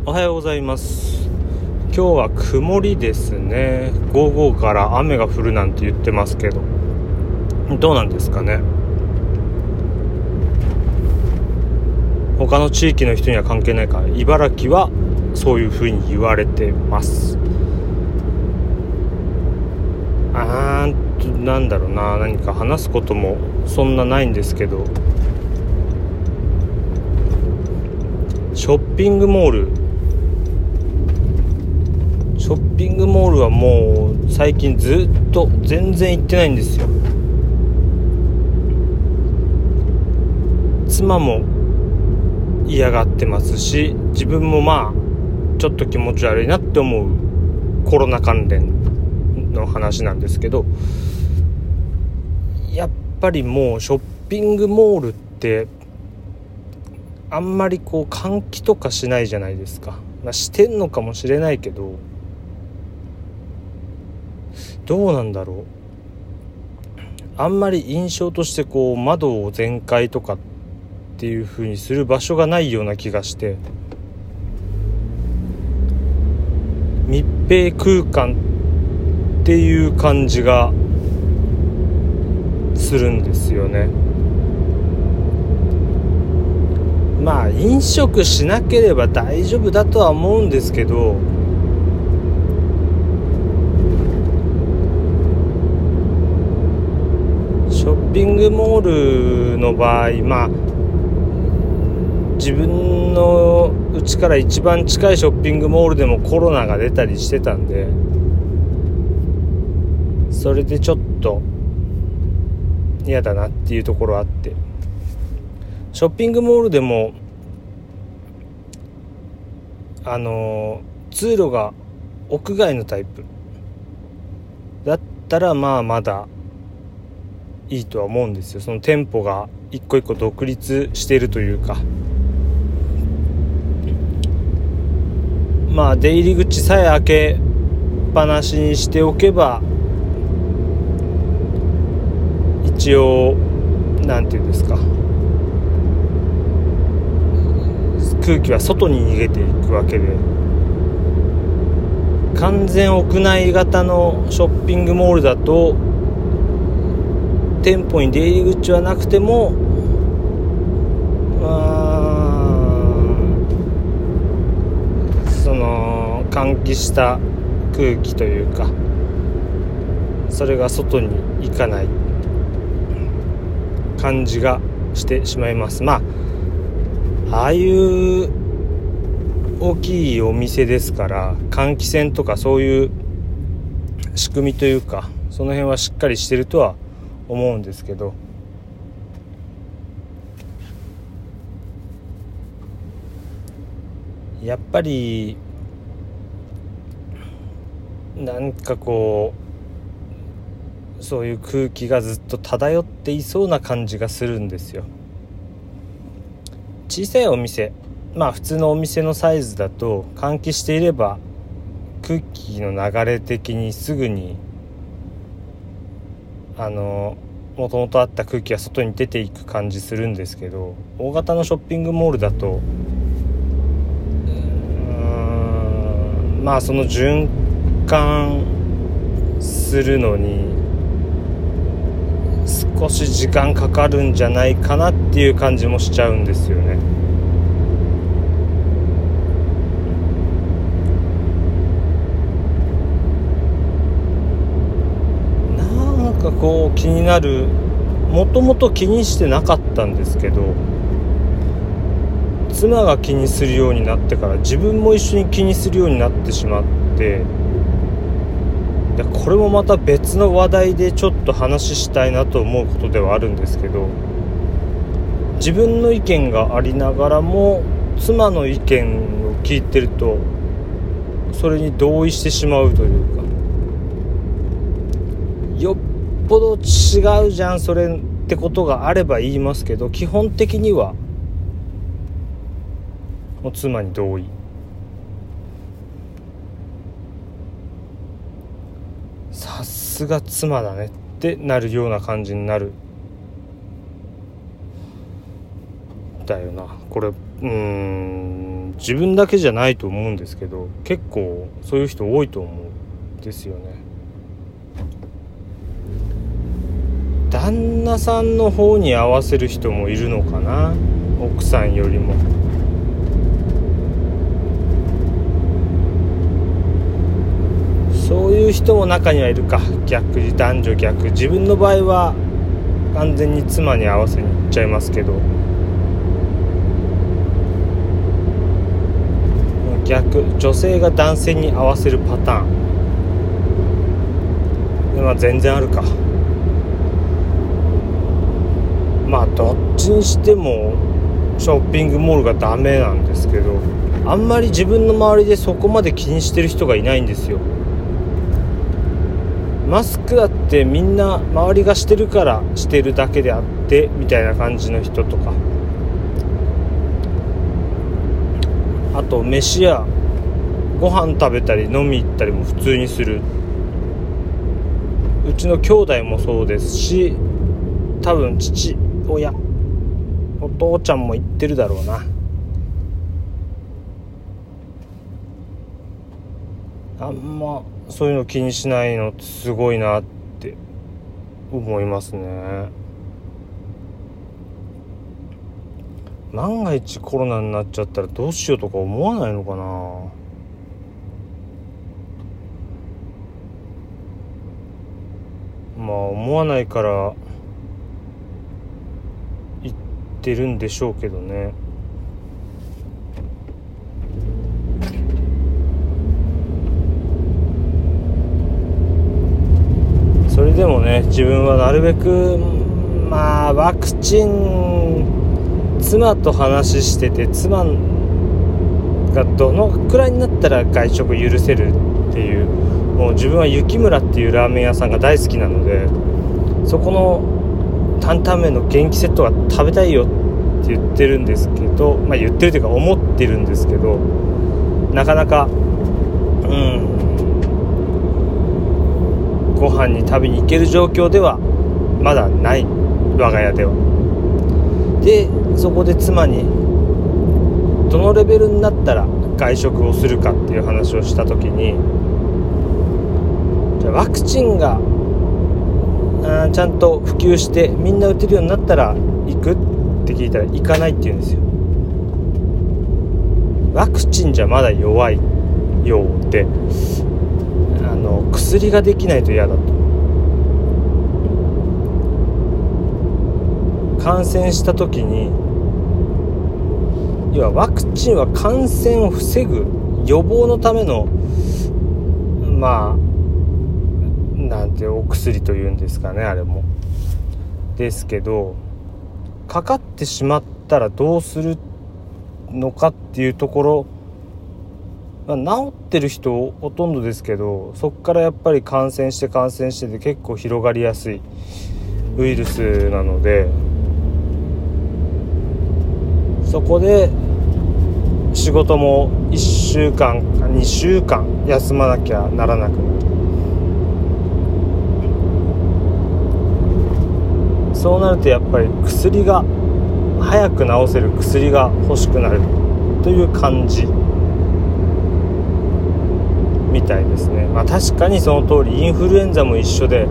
おはようございます。今日は曇りですね。午後から雨が降るなんて言ってますけど、どうなんですかね。他の地域の人には関係ないか、茨城はそういう風に言われてます。なんだろうな、何か話すこともそんなないんですけど、ショッピングモールはもう最近ずっと全然行ってないんですよ。妻も嫌がってますし、自分もちょっと気持ち悪いなって思うコロナ関連の話なんですけど、やっぱりもうショッピングモールってあんまり換気とかしないじゃないですか。してんのかもしれないけど、どうなんだろう。あんまり印象として窓を全開とかっていう風にする場所がないような気がして、密閉空間っていう感じがするんですよね。飲食しなければ大丈夫だとは思うんですけど、ショッピングモールの場合、自分の家から一番近いショッピングモールでもコロナが出たりしてたんで、それでちょっと嫌だなっていうところあって、ショッピングモールでも通路が屋外のタイプだったらまだいいとは思うんですよ。その店舗が一個一個独立しているというか、出入り口さえ開けっぱなしにしておけば、一応なんていうんですか、空気は外に逃げていくわけで、完全屋内型のショッピングモールだと店舗に出入り口はなくてもその換気した空気というか、それが外に行かない感じがしてしまいます。ああいう大きいお店ですから、換気扇とかそういう仕組みというか、その辺はしっかりしてるとは思うんですけど、やっぱりなんかそういう空気がずっと漂っていそうな感じがするんですよ。小さいお店、普通のお店のサイズだと換気していれば空気の流れ的にすぐにもともとあった空気が外に出ていく感じするんですけど、大型のショッピングモールだとその循環するのに少し時間かかるんじゃないかなっていう感じもしちゃうんですよね。なんか気になる、もともと気にしてなかったんですけど、妻が気にするようになってから自分も一緒に気にするようになってしまって、これもまた別の話題でちょっと話したいなと思うことではあるんですけど、自分の意見がありながらも妻の意見を聞いてるとそれに同意してしまうというか、よっぽど違うじゃんそれってことがあれば言いますけど、基本的にはもう妻に同意。さすが妻だねってなるような感じになるだよな。これ自分だけじゃないと思うんですけど、結構そういう人多いと思うんですよね。旦那さんの方に合わせる人もいるのかな、奥さんよりも。そういう人も中にはいるか。逆に男女逆、自分の場合は完全に妻に合わせに行っちゃいますけど、逆、女性が男性に合わせるパターンで、全然あるか。どっちにしてもショッピングモールがダメなんですけど、あんまり自分の周りでそこまで気にしてる人がいないんですよ。マスクだってみんな周りがしてるからしてるだけであってみたいな感じの人とか、あと飯やご飯食べたり飲み行ったりも普通にする。うちの兄弟もそうですし、多分父親お父ちゃんも言ってるだろうな。あんまそういうの気にしないのってすごいなって思いますね。万が一コロナになっちゃったらどうしようとか思わないのかな。思わないから言ってるんでしょうけどね。それでもね、自分はなるべくワクチン、妻と話してて、妻がどのくらいになったら外食許せるっていう、もう自分は雪村っていうラーメン屋さんが大好きなので、そこの担々麺の元気セットが食べたいよって言ってるんですけど、言ってるというか思ってるんですけど、なかなかご飯に食べに行ける状況ではまだない、我が家では。で、そこで妻にどのレベルになったら外食をするかっていう話をした時に、じゃあワクチンがちゃんと普及してみんな打てるようになったら行くって聞いたら行かないって言うんですよ。ワクチンじゃまだ弱いようで、薬ができないと嫌だと。感染した時に、要はワクチンは感染を防ぐ予防のためのなんてお薬というんですかね、あれもですけど、かかってしまったらどうするのかっていうところ、治ってる人ほとんどですけど、そこからやっぱり感染してで結構広がりやすいウイルスなので、そこで仕事も1週間か2週間休まなきゃならなくなる。そうなるとやっぱり薬が早く治せる薬が欲しくなるという感じみたいですね。確かにその通り、インフルエンザも一緒で、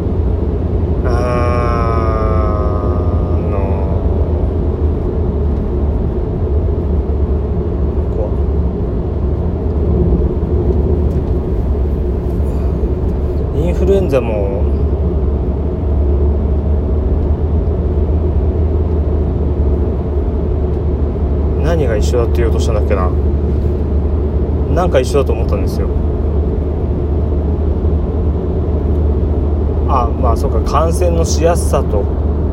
インフルエンザも何が一緒だって言おうとしたんだっけな。なんか一緒だと思ったんですよ。そうか、感染のしやすさと、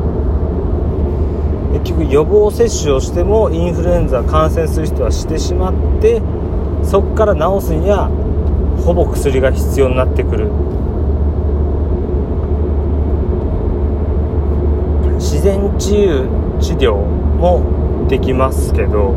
結局予防接種をしてもインフルエンザ感染する人はしてしまって、そこから治すにはほぼ薬が必要になってくる。自然治癒治療もできますけど、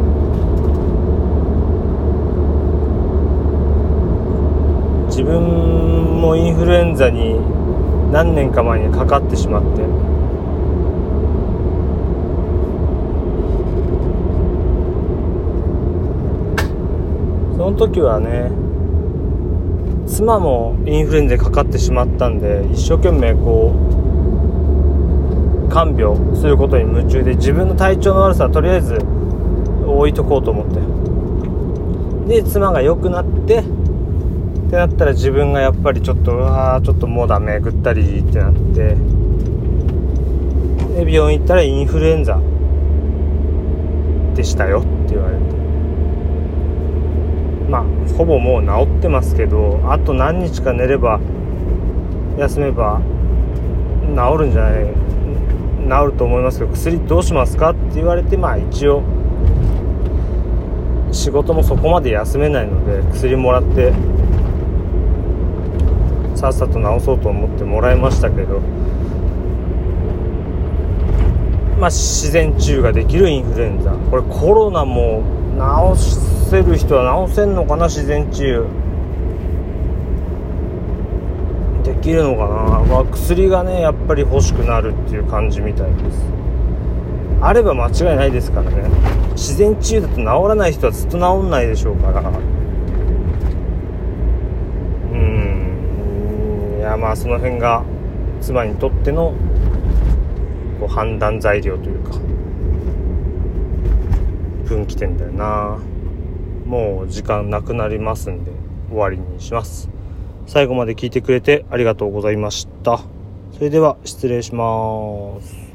自分もインフルエンザに何年か前にかかってしまって、 その時はね、妻もインフルエンザにかかってしまったんで、一生懸命こう看病することに夢中で、自分の体調の悪さはとりあえず置いとこうと思って、で妻が良くなってってなったら、自分がやっぱりちょっともうダメ、ぐったりってなって、で病院行ったらインフルエンザでしたよって言われて、まあほぼもう治ってますけど、あと何日か寝れば休めば治るんじゃない、治ると思いますけど、薬どうしますかって言われて、まあ一応仕事もそこまで休めないので薬もらってさっさと治そうと思ってもらいましたけど、まあ自然治癒ができるインフルエンザ、これコロナも治せる人は治せんのかな、自然治癒できるのかな、まあ、薬がねやっぱり欲しくなるっていう感じみたいです。あれば間違いないですからね。自然治癒だと治らない人はずっと治んないでしょうから、いやまあその辺が妻にとってのこう判断材料というか分岐点だよな。もう時間なくなりますんで終わりにします。最後まで聞いてくれてありがとうございました。それでは失礼します。